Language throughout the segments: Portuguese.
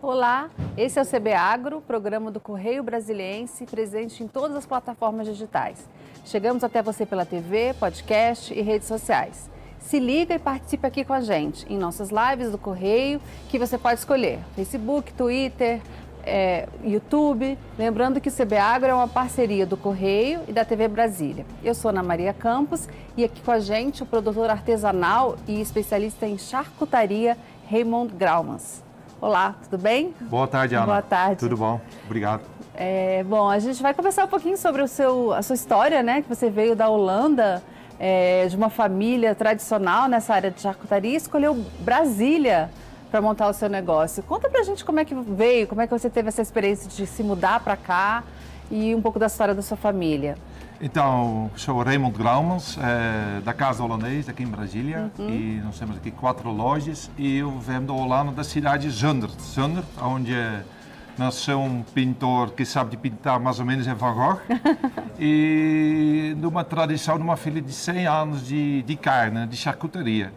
Olá, esse é o CB Agro, programa do Correio Brasiliense, presente em todas as plataformas digitais. Chegamos até você pela TV, podcast e redes sociais. Se liga e participe aqui com a gente em nossas lives do Correio, que você pode escolher Facebook, Twitter, YouTube. Lembrando que o CB Agro é uma parceria do Correio e da TV Brasília. Eu sou Ana Maria Campos e aqui com a gente o produtor artesanal e especialista em charcutaria, Raymond Graumans. Olá, tudo bem? Boa tarde, Ana. Boa tarde. Tudo bom? Obrigado. Bom, a gente vai conversar um pouquinho sobre a sua história, né? Que você veio da Holanda, de uma família tradicional nessa área de charcutaria e escolheu Brasília para montar o seu negócio. Conta pra gente como é que veio, como é que você teve essa experiência de se mudar para cá e um pouco da história da sua família. Então, sou Raymond Graumans, da Casa Holandês, aqui em Brasília, e nós temos aqui 4 lojas, e eu venho da Holanda, da cidade de Zundert, onde nasceu um pintor que sabe de pintar mais ou menos Van Gogh, e numa tradição de uma filha de 100 anos de carne, de charcutaria.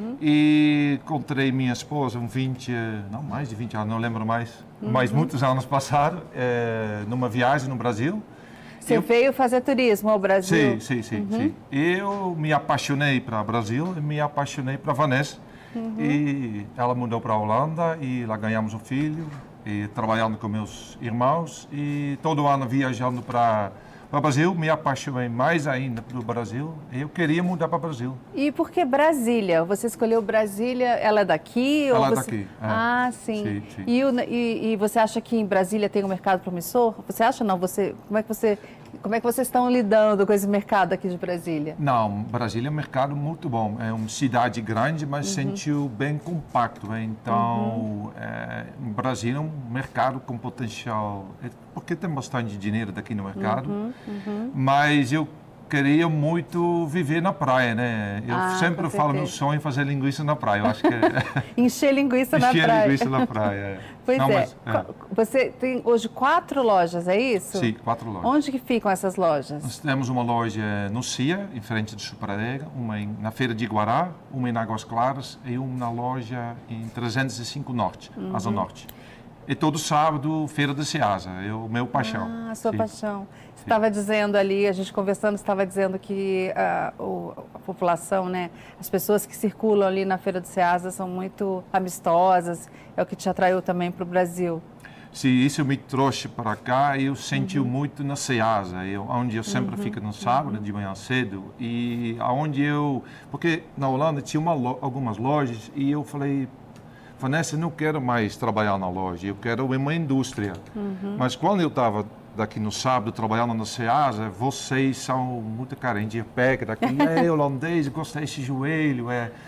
E encontrei minha esposa, mais de 20 anos, não lembro mais, mas muitos anos passaram, numa viagem no Brasil. Você veio fazer turismo ao Brasil? Sim. Eu me apaixonei para o Brasil e me apaixonei para Vanessa. E ela mudou para a Holanda e lá ganhamos um filho, e trabalhando com meus irmãos. E todo ano viajando para o Brasil, me apaixonei mais ainda pelo Brasil e eu queria mudar para o Brasil. E por que Brasília? Você escolheu Brasília, ela é daqui? Ela ou é você... daqui. Ah, sim. Sim. E você acha que em Brasília tem um mercado promissor? Você acha não? Como é que vocês estão lidando com esse mercado aqui de Brasília? Não, Brasília é um mercado muito bom. É uma cidade grande, mas sentiu bem compacto. Então, Brasília é um mercado com potencial, porque tem bastante dinheiro daqui no mercado, mas eu queria muito viver na praia, né? Eu sempre falo meu sonho é fazer linguiça na praia. Eu acho que encher linguiça na praia. Encher linguiça na praia. Pois não, Você tem hoje 4 lojas, é isso? Sim, 4 lojas. Onde que ficam essas lojas? Nós temos uma loja no CIA, em frente de Chuparadega, uma na Feira de Iguará, uma em Águas Claras e uma na loja em 305 Norte, Asa Norte. E todo sábado, Feira da Ceasa, é o meu paixão. Ah, a sua paixão. Você estava dizendo ali, a gente conversando, estava dizendo que a população, né, as pessoas que circulam ali na Feira do Ceasa são muito amistosas, é o que te atraiu também para o Brasil. Sim, isso me trouxe para cá e eu senti muito na Ceasa, onde eu sempre fico no sábado, de manhã cedo, e aonde porque na Holanda tinha algumas lojas e eu falei, Vanessa, não quero mais trabalhar na loja, eu quero uma indústria. Mas quando eu estava daqui no sábado trabalhando na Ceasa, vocês são muito carentes, eu pego daqui, holandês, eu gostei desse joelho,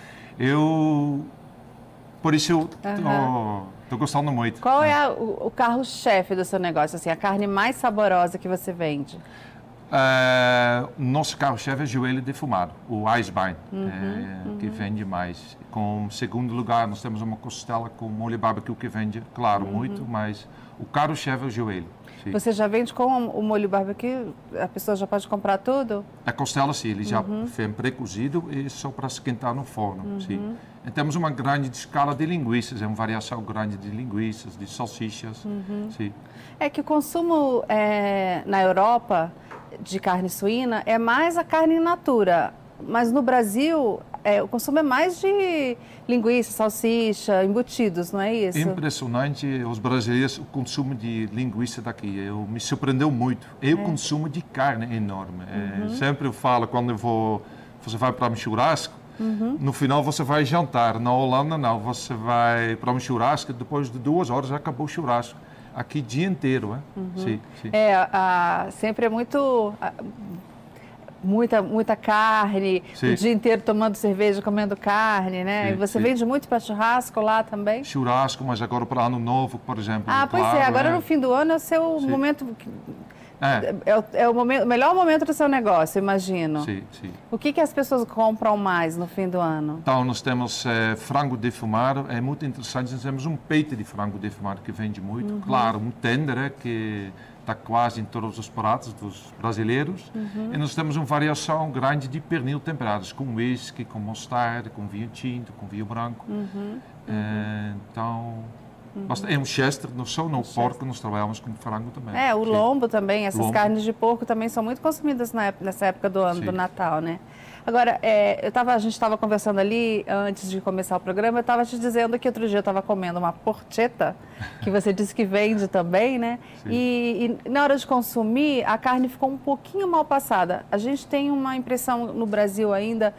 por isso eu estou gostando muito. Qual é o carro-chefe do seu negócio, assim, a carne mais saborosa que você vende? Nosso carro-chefe é joelho defumado, o Eisbein, que vende mais. Com segundo lugar, nós temos uma costela com molho barbecue que vende, claro, muito, mas o carro-chefe é o joelho. Sim. Você já vende com o molho barbecue? A pessoa já pode comprar tudo? A costela, sim, ele já vem pré-cozido e só para esquentar no forno, sim. E temos uma grande escala de linguiças, uma variação grande de linguiças, de salsichas, sim. É que o consumo na Europa de carne suína é mais a carne in natura, mas no Brasil o consumo é mais de linguiça, salsicha, embutidos, não é isso? Impressionante, os brasileiros, o consumo de linguiça daqui, me surpreendeu muito. E o consumo de carne é enorme. Sempre eu falo, quando você vai para um churrasco, no final você vai jantar. Na Holanda não, você vai para um churrasco, depois de 2 horas já acabou o churrasco. Aqui dia inteiro, Sim. Sempre é muita carne, o dia inteiro tomando cerveja, comendo carne, né? E você vende muito para churrasco lá também? Churrasco, mas agora para Ano Novo, por exemplo. Pois agora no fim do ano é o seu momento... É o melhor momento do seu negócio, imagino. Sim. O que as pessoas compram mais no fim do ano? Então, nós temos frango defumado, é muito interessante. Nós temos um peito de frango defumado que vende muito. Claro, um tender, que está quase em todos os pratos dos brasileiros. E nós temos uma variação grande de pernil temperados, com whisky, com mostarda, com vinho tinto, com vinho branco. Então, É um Chester, não só no porco, nós trabalhamos com frango também. O lombo também, essas carnes de porco também são muito consumidas nessa época do ano, do Natal, né? Agora, a gente estava conversando ali, antes de começar o programa, eu estava te dizendo que outro dia eu estava comendo uma porchetta, que você disse que vende também, né? E na hora de consumir, a carne ficou um pouquinho mal passada. A gente tem uma impressão no Brasil ainda,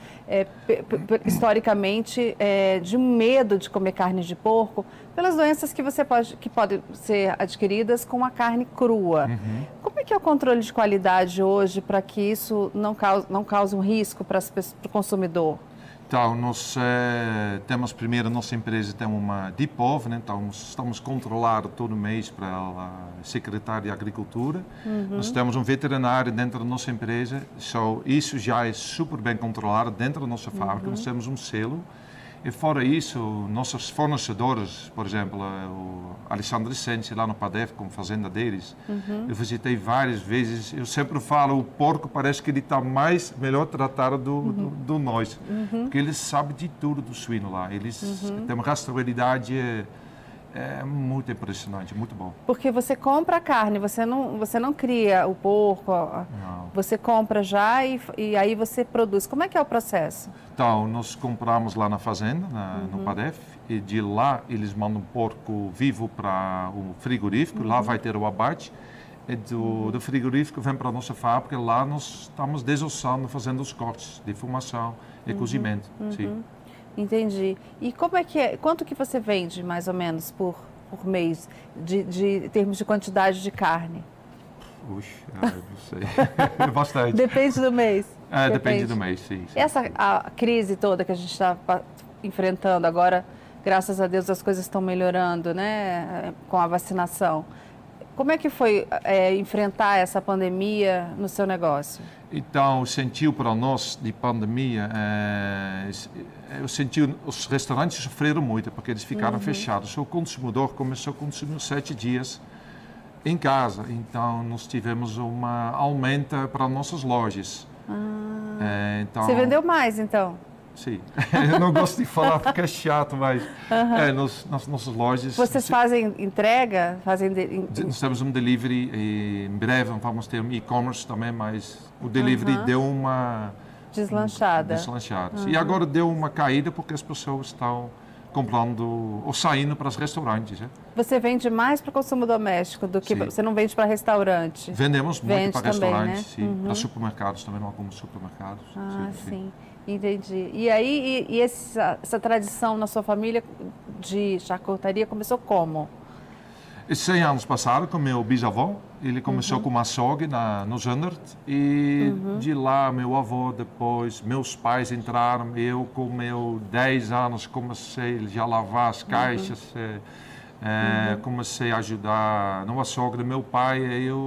historicamente, de um medo de comer carne de porco, pelas doenças que podem ser adquiridas com a carne crua. Como é que é o controle de qualidade hoje para que isso não cause um risco para o consumidor? Então, nós temos primeiro, a nossa empresa tem uma DIPOV, né? Então estamos controlados todo mês para a Secretaria de Agricultura. Nós temos um veterinário dentro da nossa empresa, isso já é super bem controlado dentro da nossa fábrica, nós temos um selo. E fora isso, nossos fornecedores, por exemplo, o Alexandre Sensi, lá no Padef, com a fazenda deles, eu visitei várias vezes, eu sempre falo, o porco parece que ele está melhor tratado do nós, porque eles sabem de tudo do suíno lá, eles têm uma rastreabilidade muito impressionante, muito bom. Porque você compra a carne, você não cria o porco, você compra já e aí você produz. Como é que é o processo? Então, nós compramos lá na fazenda, no Padef, e de lá eles mandam um porco vivo para o frigorífico, lá vai ter o abate, e do frigorífico vem para a nossa fábrica, lá nós estamos desossando, fazendo os cortes de fumação e cozimento. Sim. Entendi. E como é que quanto que você vende, mais ou menos, por mês, de termos de quantidade de carne? Puxa, não sei. Bastante. Depende do mês. Depende do mês, sim. A crise toda que a gente está enfrentando agora, graças a Deus as coisas estão melhorando, né, com a vacinação. Como é que foi enfrentar essa pandemia no seu negócio? Então, sentiu para nós de pandemia, eu senti os restaurantes sofreram muito porque eles ficaram fechados. O consumidor começou a consumir 7 dias em casa, então nós tivemos uma aumenta para nossas lojas. Então... Você vendeu mais, então? Sim, eu não gosto de falar porque é chato, mas nas nossas lojas... Vocês fazem entrega? Nós temos um delivery e em breve vamos ter um e-commerce também, mas o delivery deu uma... Deslanchada. E agora deu uma caída porque as pessoas estão comprando ou saindo para os restaurantes. Você vende mais para o consumo doméstico do que... Você não vende para restaurante? Vendemos muito para restaurantes, né? Para supermercados também, alguns supermercados. Sim. Entendi. E aí, essa tradição na sua família de charcutaria começou como? 100 anos passaram com meu bisavô. Ele começou com uma açougue no Zundert. E de lá, meu avô, depois, meus pais entraram. Eu, com meus 10 anos, comecei já a lavar as caixas. Comecei a ajudar no açougue do meu pai.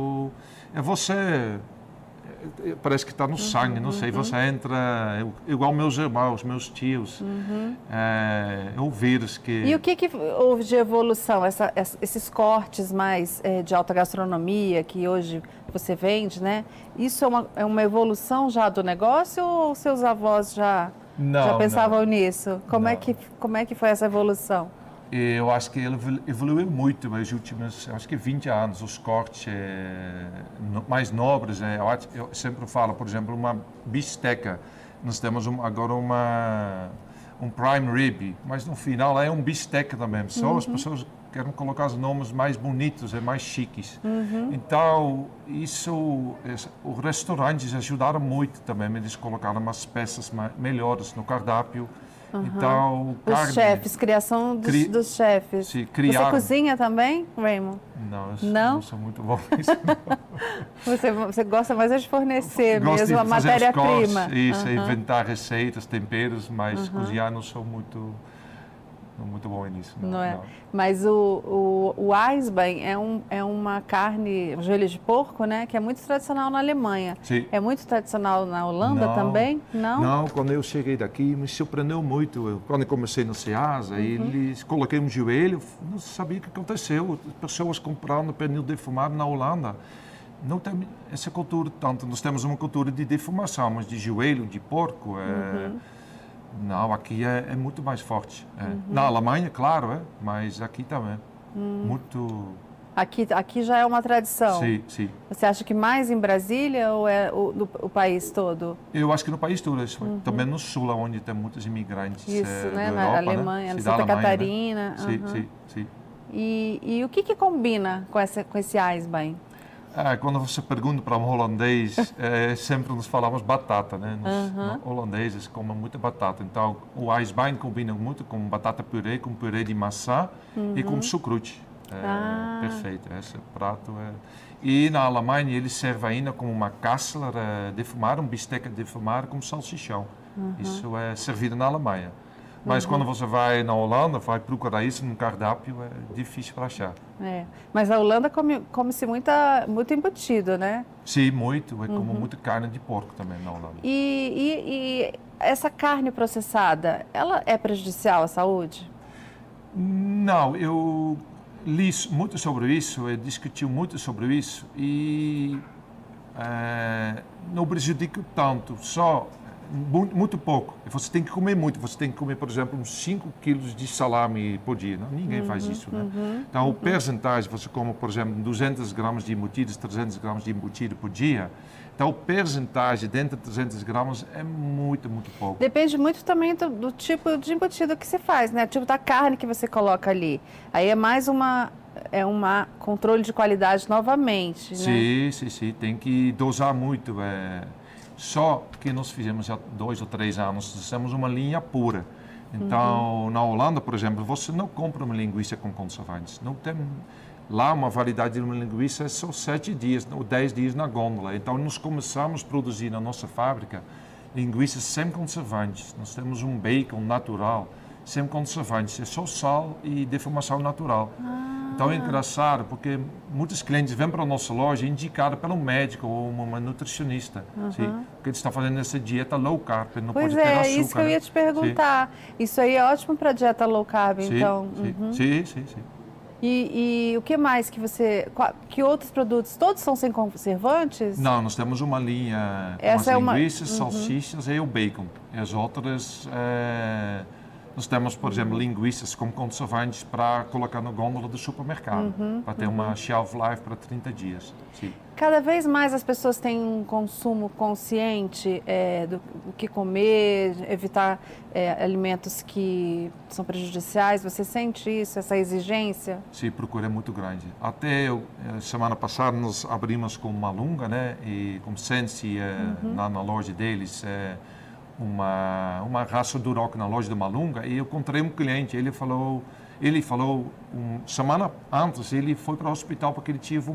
Parece que está no sangue, não sei, você entra, igual meus irmãos, meus tios, o vírus que... E o que houve de evolução, esses cortes mais de alta gastronomia que hoje você vende, né? Isso é uma evolução já do negócio ou seus avós já pensavam nisso? Como é que foi essa evolução? Eu acho que ele evoluiu muito nos últimos, acho que 20 anos, os cortes mais nobres. Eu sempre falo, por exemplo, uma bisteca. Nós temos agora um prime rib, mas no final é um bisteca também. Só as pessoas querem colocar os nomes mais bonitos e mais chiques. Então, os restaurantes ajudaram muito também. Eles colocaram umas peças melhores no cardápio. Então, os chefes, criação dos chefes. Sim, criaram. Você cozinha também, Raymond? Não sou muito bom nisso. Você gosta mais de fornecer mesmo a matéria-prima. Isso, inventar receitas, temperos, mas cozinhar não sou muito bom nisso. Não é? Mas o Eisbein é uma carne, um joelho de porco, né? Que é muito tradicional na Alemanha. Sim. É muito tradicional na Holanda também? Não, quando eu cheguei daqui me surpreendeu muito. Quando eu comecei no Ceasa, eles coloquei um joelho, não sabia o que aconteceu. Pessoas comprando pernil defumado na Holanda. Não tem essa cultura tanto. Nós temos uma cultura de defumação, mas de joelho de porco Não, aqui é muito mais forte. Na Alemanha, claro, mas aqui também. Muito... Aqui já é uma tradição? Sim, sim. Você acha que mais em Brasília ou é o país todo? Eu acho que no país todo, também no sul, onde tem muitos imigrantes Isso, né? da Na Europa, Alemanha, né? na Santa Catarina. Né? Sim, sim, sim. E o que combina com esse Eisbein? Quando você pergunta para um holandês, sempre nos falamos batata, né? Os holandeses comem muita batata. Então, o Eisbein combina muito com batata purê, com purê de maçã e com chucrute. Perfeito, esse prato é... E na Alemanha ele serve ainda como uma kassler defumada, um bisteca defumado com salsichão. Isso é servido na Alemanha. Mas quando você vai na Holanda, vai procurar isso num cardápio, é difícil para achar. Mas a Holanda come-se muito embutido, né? Sim, muito. Como muita carne de porco também na Holanda. E essa carne processada, ela é prejudicial à saúde? Não, eu li muito sobre isso, discuti muito sobre isso e não prejudica tanto, só muito pouco. Você tem que comer muito, você tem que comer, por exemplo, uns 5 quilos de salame por dia. Não, ninguém faz isso, né? Então, o percentagem, você come, por exemplo, 200 gramas de embutidos, 300 gramas de embutido por dia. Então, o percentagem dentro de 300 gramas é muito, muito pouco. Depende muito também do tipo de embutido que você faz, né? O tipo da carne que você coloca ali. Aí é mais uma controle de qualidade novamente, né? Sim, sim, sim. Tem que dosar muito. Só que nós fizemos há 2 ou 3 anos, fizemos uma linha pura. Então, na Holanda, por exemplo, você não compra uma linguiça com conservantes. Não tem... Lá, uma validade de uma linguiça é só 7 dias ou 10 dias na gôndola. Então, nós começamos a produzir na nossa fábrica linguiças sem conservantes. Nós temos um bacon natural, sem conservantes. É só sal e defumação natural. Então, é engraçado, porque muitos clientes vêm para a nossa loja indicados pelo médico ou uma nutricionista. Sim, porque eles estão fazendo essa dieta low carb, não pode ter açúcar. Pois é, isso que eu ia te perguntar. Sim. Isso aí é ótimo para a dieta low carb, sim, então. Sim, sim, sim. E o que mais que outros produtos, todos são sem conservantes? Não, nós temos uma linha com as linguiças, salsichas e o bacon. E as outras, nós temos, por exemplo, linguiças com conservantes para colocar na gôndola do supermercado, para ter uma shelf life para 30 dias. Sim. Cada vez mais as pessoas têm um consumo consciente do que comer, evitar alimentos que são prejudiciais. Você sente isso, essa exigência? Sim, a procura é muito grande. Até semana passada nós abrimos com Malunga, né? E com Sensi na loja deles, uma raça Duroc na loja de Malunga. E eu encontrei um cliente, ele falou, semana antes, ele foi para o hospital porque ele tinha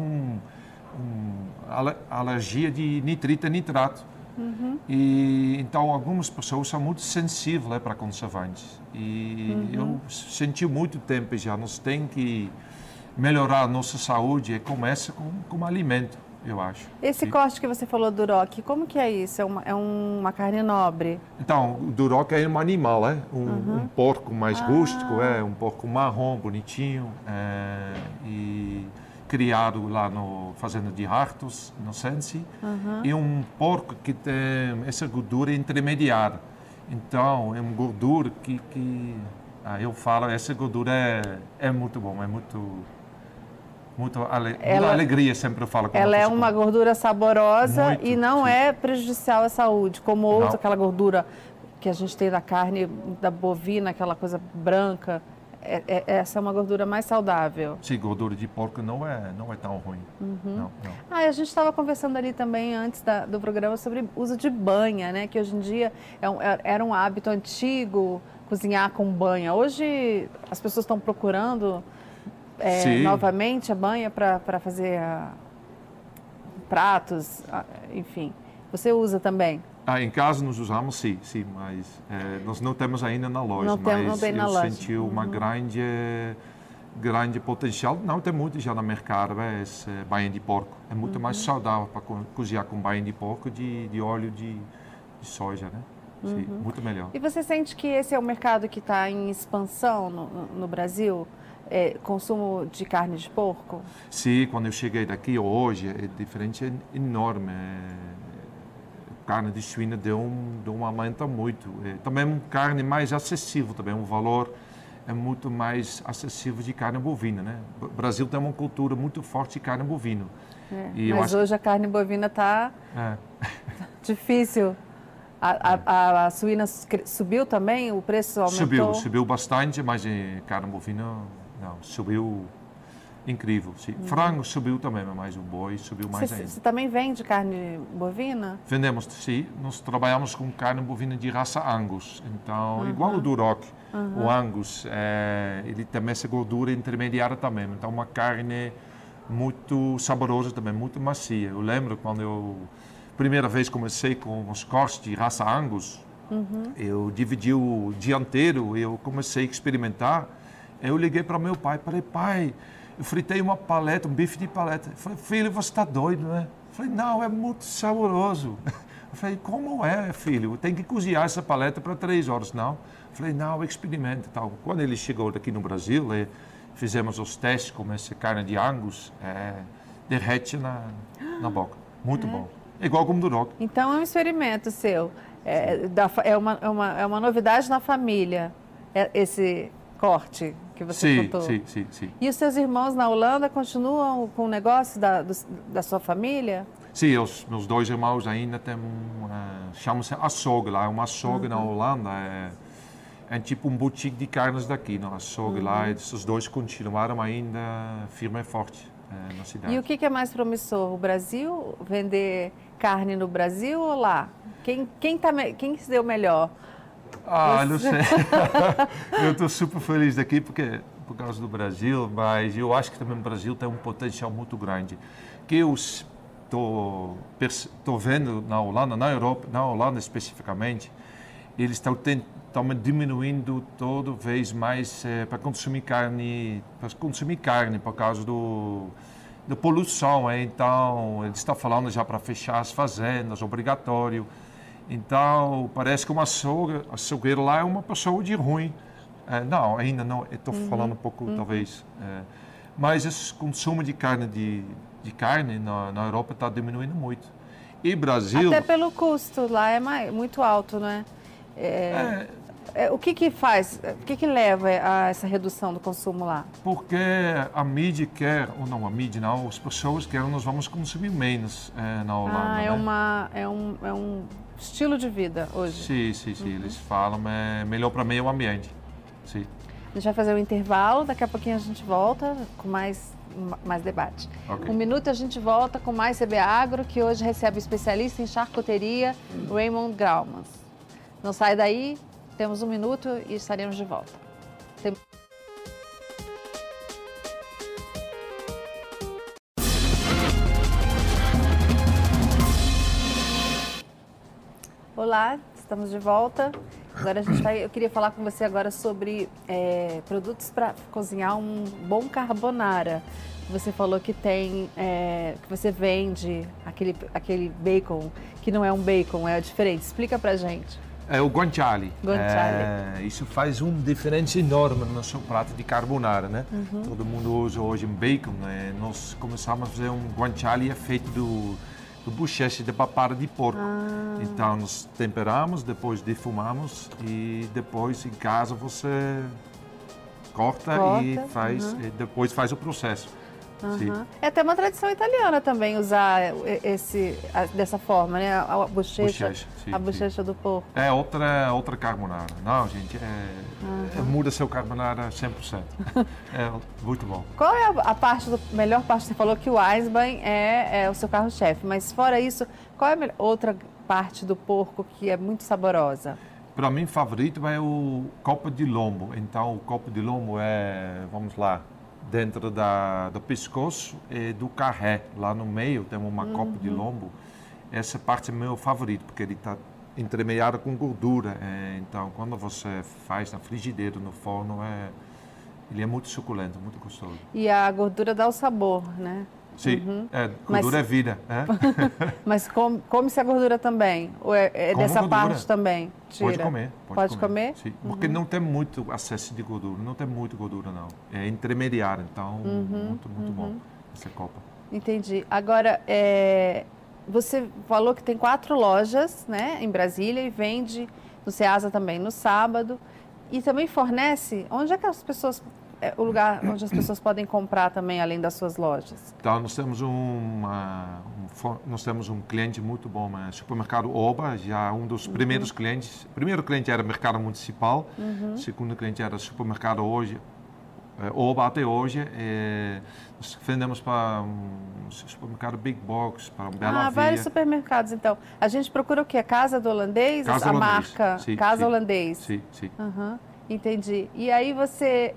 alergia de nitrito e nitrato. E então algumas pessoas são muito sensíveis para conservantes e eu senti muito tempo já, nós temos que melhorar a nossa saúde e começa com alimento, eu acho. Esse corte que você falou, Duroc, como que é isso? É uma carne nobre? Então, o Duroc é um animal, um porco mais rústico, um porco marrom, bonitinho, e criado lá na fazenda de Hartos, no Sensi, e um porco que tem essa gordura intermediária. Então, é uma gordura que eu falo, essa gordura é muito bom, é muita alegria, sempre eu falo. Ela é uma gordura saborosa muito, e não é prejudicial à saúde, como outra, aquela gordura que a gente tem na carne da bovina, aquela coisa branca. Essa é uma gordura mais saudável. Sim, gordura de porco não é tão ruim. Não. A gente estava conversando ali também antes do programa sobre o uso de banha, né? Que hoje em dia era um hábito antigo cozinhar com banha. Hoje as pessoas estão procurando novamente a banha para fazer pratos, enfim. Você usa também? Em casa nós usamos, sim, mas nós não temos ainda na loja. Mas eu senti uma grande potencial. Não tem muito já no mercado, esse banha de porco. É muito mais saudável para cozinhar com banha de porco de óleo de soja, né? Sim, muito melhor. E você sente que esse é um mercado que está em expansão no Brasil? Consumo de carne de porco? Sim, quando eu cheguei daqui hoje, a diferença é enorme. Carne de suína deu um aumento muito. Também carne mais acessível, também um valor é muito mais acessível de carne bovina, né? O Brasil tem uma cultura muito forte de carne bovina. Mas hoje a carne bovina está difícil. A suína subiu também? O preço aumentou? Subiu bastante, mas carne bovina não, subiu incrível. Sim. Frango subiu também, mas o boi subiu mais ainda. Você também vende carne bovina? Vendemos, sim. Nós trabalhamos com carne bovina de raça Angus. Então, igual o Duroc, o Angus, ele tem essa gordura intermediária também. Então, uma carne muito saborosa também, muito macia. Eu lembro quando eu, primeira vez comecei com os cortes de raça Angus, eu dividi o dia inteiro, eu comecei a experimentar. Eu liguei para meu pai, falei, pai, eu fritei uma paleta, um bife de paleta. Eu falei, filho, você está doido, né? Eu falei, não, é muito saboroso. Eu falei, como é, filho? Tem que cozinhar essa paleta para 3 horas, não? Eu falei, não, experimenta. Tal. Quando ele chegou aqui no Brasil, fizemos os testes com essa carne de Angus, derrete na boca. Muito bom. Igual como do Duroc. Então é um experimento seu. É uma novidade na família, esse corte que você contou. Sim. E os seus irmãos na Holanda continuam com o negócio da sua família? Sim, os meus 2 irmãos ainda têm chama-se açougue lá, uma açougue na Holanda, é tipo um boutique de carnes daqui, no açougue lá, e esses 2 continuaram ainda firme e forte na cidade. E o que é mais promissor, o Brasil, vender carne no Brasil ou lá? Quem se deu melhor? Não sei. Eu estou super feliz daqui por causa do Brasil, mas eu acho que também o Brasil tem um potencial muito grande. Que eu estou vendo na Holanda, na Europa, na Holanda especificamente, eles estão diminuindo toda vez mais para consumir carne por causa da poluição. Então, eles estão falando já para fechar as fazendas, obrigatório. Então, parece que uma açougueiro lá é uma pessoa de ruim. Não, ainda não, estou falando um pouco, talvez. Mas esse consumo de carne, na Europa está diminuindo muito. E Brasil... Até pelo custo, lá é muito alto, não é? O que faz, o que leva a essa redução do consumo lá? Porque a mídia quer, ou não, a mídia não, as pessoas querem, nós vamos consumir menos na Holanda. É um estilo de vida hoje. Sim. Eles falam, é melhor para o meio ambiente. Sim. A gente vai fazer um intervalo, daqui a pouquinho a gente volta com mais debate. Okay. 1 minuto a gente volta com mais CB Agro, que hoje recebe o especialista em charcuteria, Raymond Graumans. Não sai daí, temos 1 minuto e estaremos de volta. Olá, estamos de volta. Agora eu queria falar com você agora sobre produtos para cozinhar um bom carbonara. Você falou que que você vende aquele bacon, que não é um bacon, é diferente. Explica pra gente. É o guanciale. Guanciale. Isso faz uma diferença enorme no seu prato de carbonara, né? Todo mundo usa hoje um bacon, né? Nós começamos a fazer um guanciale feito do bochecha de papada de porco. Então, nós temperamos, depois defumamos e depois em casa você corta e depois faz o processo. É até uma tradição italiana também usar dessa forma, né? A bochecha do porco. É outra carbonara. Não, gente, muda seu carbonara 100%. É muito bom. Qual é a melhor parte? Você falou que o Eisbein é o seu carro-chefe, mas fora isso, qual é a outra parte do porco que é muito saborosa? Para mim, favorito é o copo de lombo. Então, o copo de lombo vamos lá, dentro do pescoço e do carré. Lá no meio tem uma copa de lombo. Essa parte é meu favorito, porque ele está entremeado com gordura. Então, quando você faz na frigideira, no forno, ele é muito suculento, muito gostoso. E a gordura dá o sabor, né? Sim, gordura é vida. Mas come-se a gordura também? Ou é dessa gordura. parte também? Tira. Pode comer. Pode comer? Sim, porque não tem muito excesso de gordura, não tem muita gordura não. É intermediário, então muito bom essa copa. Entendi. Agora, você falou que tem 4 lojas, né, em Brasília e vende no Ceasa também no sábado. E também fornece? Onde é que as pessoas, o lugar onde as pessoas podem comprar também, além das suas lojas? Então, nós temos um cliente muito bom, supermercado Oba, já um dos primeiros clientes. O primeiro cliente era mercado municipal, o segundo cliente era supermercado hoje, Oba até hoje. Nós vendemos para um supermercado Big Box, para um Bela Via. Vários supermercados, então. A gente procura o quê? Casa do Holandês? Casa a holandês. Marca Sim, Casa sim. Holandês? Sim, sim. Entendi. E aí você,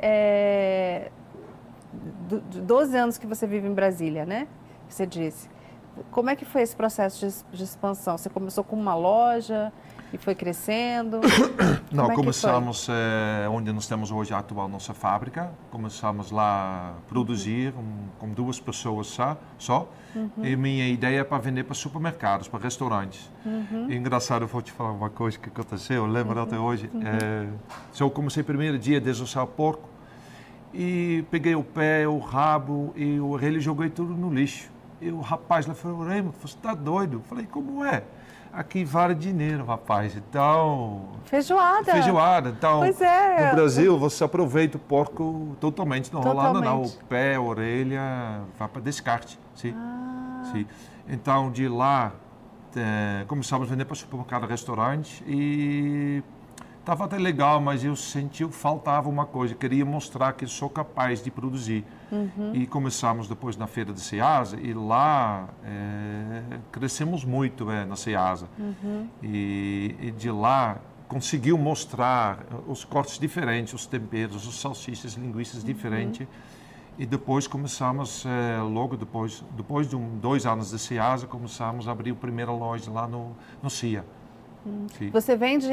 12 anos que você vive em Brasília, né? Você disse. Como é que foi esse processo de expansão? Você começou com uma loja e foi crescendo? Não, começamos onde nós temos hoje a atual nossa fábrica. Começamos lá a produzir com 2 pessoas só. E minha ideia é para vender para supermercados, para restaurantes. E engraçado, eu vou te falar uma coisa que aconteceu, eu lembro até hoje. Eu comecei primeiro dia a desossar o porco e peguei o pé, o rabo e o orelha e joguei tudo no lixo. E o rapaz lá falou: Raymond, você está doido? Eu falei: como é? Aqui vale dinheiro, rapaz. Então... Feijoada. Feijoada. Então, pois é. No Brasil, você aproveita o porco totalmente. Na Holanda, não. O pé, a orelha, vai para descarte. Sim. Sim. Então, de lá, começamos a vender para supermercado e restaurante. E estava até legal, mas eu senti que faltava uma coisa. Eu queria mostrar que sou capaz de produzir. E começamos depois na feira de Ceasa e lá crescemos muito na Ceasa. E de lá conseguiu mostrar os cortes diferentes, os temperos, os salsichas, linguiças diferentes. E depois começamos, logo depois de 2 anos de Ceasa, começamos a abrir a primeira loja lá no CIA. Você vende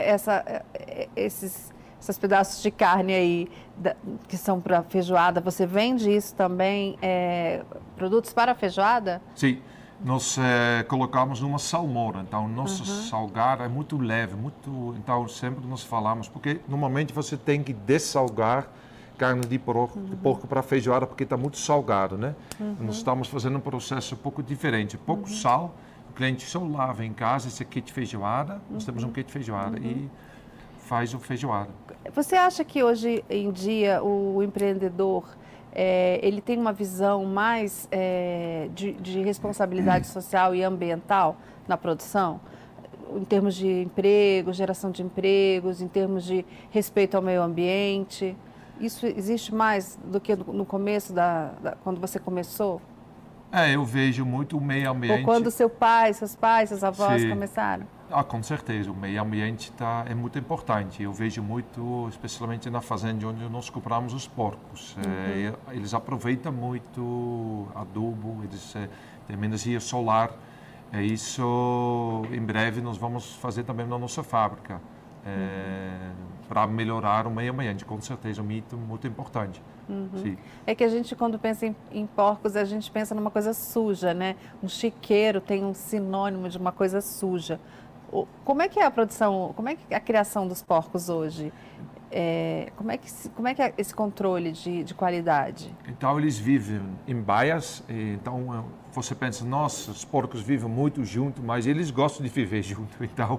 esses pedaços de carne aí que são para feijoada, você vende isso também, produtos para feijoada? Sim, nós colocamos numa salmoura, então nosso salgar é muito leve, então sempre nós falamos, porque normalmente você tem que dessalgar carne de porco para feijoada, porque está muito salgado, né? Nós estamos fazendo um processo um pouco diferente, pouco sal, o cliente só lava em casa esse kit de feijoada, nós temos um kit de feijoada e faz o feijoada. Você acha que hoje em dia o empreendedor ele tem uma visão mais de responsabilidade social e ambiental na produção? Em termos de emprego, geração de empregos, em termos de respeito ao meio ambiente? Isso existe mais do que no começo, quando você começou? Eu vejo muito o meio ambiente. Ou quando seus pais, seus avós começaram? Com certeza, o meio ambiente é muito importante. Eu vejo muito, especialmente na fazenda onde nós compramos os porcos. Eles aproveitam muito adubo, eles têm energia solar. Isso, em breve, nós vamos fazer também na nossa fábrica. Para melhorar o meio ambiente, com certeza, muito importante. Sim. É que a gente, quando pensa em porcos, a gente pensa numa coisa suja, né? Um chiqueiro tem um sinônimo de uma coisa suja. Como é que é a produção, como é que é a criação dos porcos hoje? Como é que é esse controle de qualidade? Então, eles vivem em baias, então você pensa, nossa, os porcos vivem muito junto, mas eles gostam de viver junto, então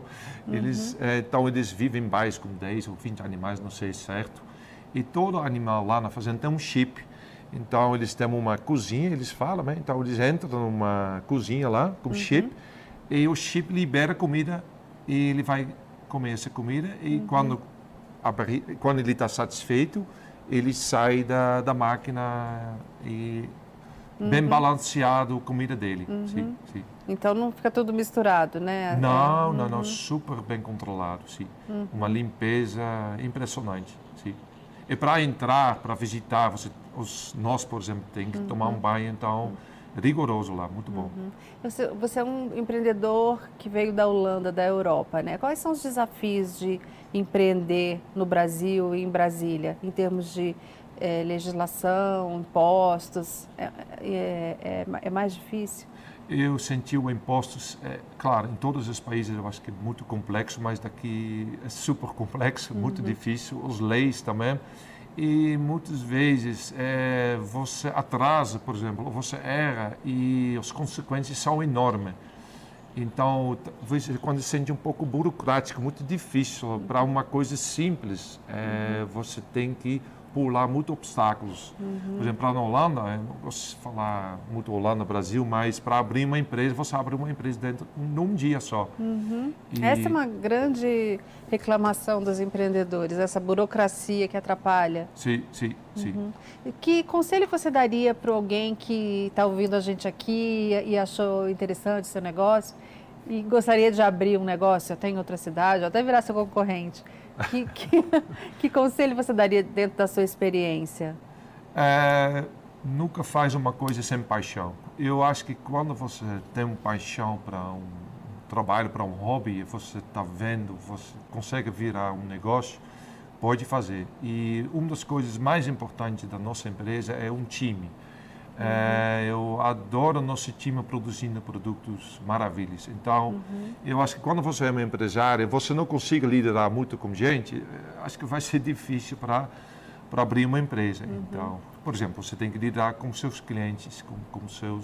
eles vivem em baias com 10 ou 20 animais, não sei certo, e todo animal lá na fazenda tem um chip, então eles têm uma cozinha, eles falam, né? Então eles entram numa cozinha lá com chip, e o chip libera comida, e ele vai comer essa comida, e quando ele está satisfeito, ele sai da máquina e bem balanceado a comida dele. Sim, sim. Então não fica tudo misturado, né? Não, super bem controlado, sim. Uma limpeza impressionante, sim. E para entrar, para visitar, nós, por exemplo, tem que tomar um banho, então, rigoroso lá, muito bom. Você é um empreendedor que veio da Holanda, da Europa, né? Quais são os desafios de empreender no Brasil e em Brasília, em termos de legislação, impostos? É mais difícil? Eu senti o impostos, claro, em todos os países eu acho que é muito complexo, mas daqui é super complexo, muito difícil, as leis também. E muitas vezes você atrasa, por exemplo, você erra e as consequências são enormes. Então, quando se sente um pouco burocrático, muito difícil, para uma coisa simples, você tem que pular muitos obstáculos. Por exemplo, na Holanda, eu não gosto de falar muito Holanda, Brasil, mas para abrir uma empresa, você abre uma empresa dentro num dia só. Essa é uma grande reclamação dos empreendedores, essa burocracia que atrapalha. Sim. Que conselho você daria para alguém que está ouvindo a gente aqui e achou interessante o seu negócio e gostaria de abrir um negócio até em outra cidade, ou até virar seu concorrente? Que conselho você daria dentro da sua experiência? Nunca faz uma coisa sem paixão. Eu acho que quando você tem uma paixão para um trabalho, para um hobby, você está vendo, você consegue virar um negócio, pode fazer. E uma das coisas mais importantes da nossa empresa é um time. Eu adoro o nosso time produzindo produtos maravilhosos. Então, eu acho que quando você é um empresário, você não consegue liderar muito com gente, acho que vai ser difícil para abrir uma empresa. Então, por exemplo, você tem que lidar com seus clientes, com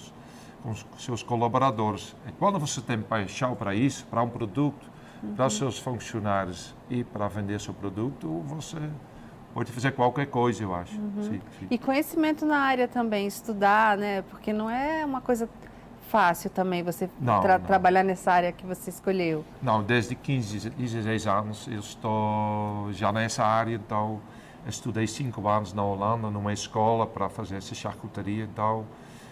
seus colaboradores. E quando você tem paixão para isso, para um produto, para os seus funcionários e para vender seu produto, você pode fazer qualquer coisa, eu acho. Sim. E conhecimento na área também, estudar, né? Porque não é uma coisa fácil também você trabalhar nessa área que você escolheu. Não, desde 15, 16 anos eu estou já nessa área, então estudei 5 anos na Holanda, numa escola para fazer essa charcutaria, então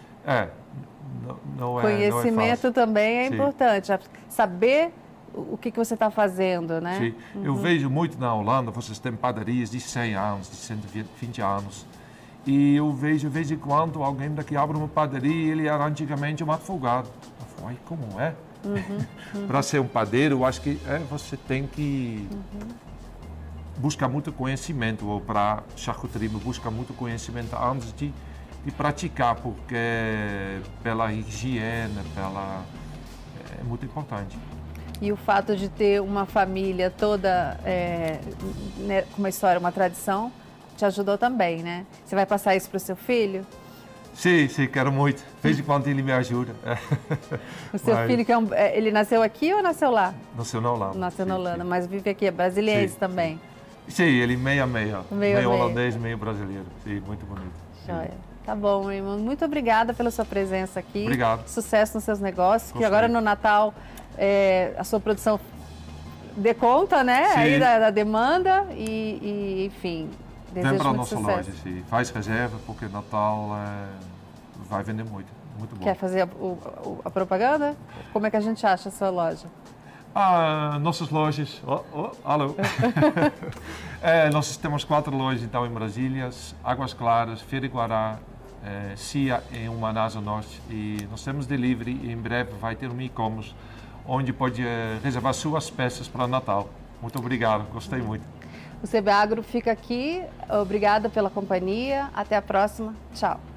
não é Conhecimento fácil. também é importante, saber o que você está fazendo, né? Sim. Eu vejo muito na Holanda, vocês têm padarias de 100 anos, de 120 anos. E eu vejo, de vez em quando, alguém daqui abre uma padaria e ele era antigamente um advogado. Eu falo, ai, como é? Para ser um padeiro, eu acho que você tem que buscar muito conhecimento, ou para charcutaria, buscar muito conhecimento antes de praticar, porque pela higiene, é muito importante. E o fato de ter uma família toda com uma história, uma tradição, te ajudou também, né? Você vai passar isso para o seu filho? Sim, quero muito. De vez em quando ele me ajuda. O seu filho, ele nasceu aqui ou nasceu lá? Nasceu na Holanda. Nasceu na Holanda, mas vive aqui, é brasileiro também? Sim, ele meio holandês, meio brasileiro. Sim, muito bonito. Joia. Tá bom, Raymond. Muito obrigada pela sua presença aqui. Obrigado. Sucesso nos seus negócios, Gostei. que agora no Natal a sua produção dê conta, né? Sim. Aí da demanda e enfim, desejo vem para a muito nossa sucesso. loja, sim. Faz reserva, porque Natal vai vender muito bom. Quer fazer a propaganda? Como é que a gente acha a sua loja? Nossas lojas, alô. Nós temos 4 lojas então em Brasília, Águas Claras, Feira de Guará, CIA em Manaus Norte, e nós temos delivery e em breve vai ter um e-commerce onde pode reservar suas peças para Natal. Muito obrigado, gostei muito. O CB Agro fica aqui, obrigada pela companhia, até a próxima, tchau.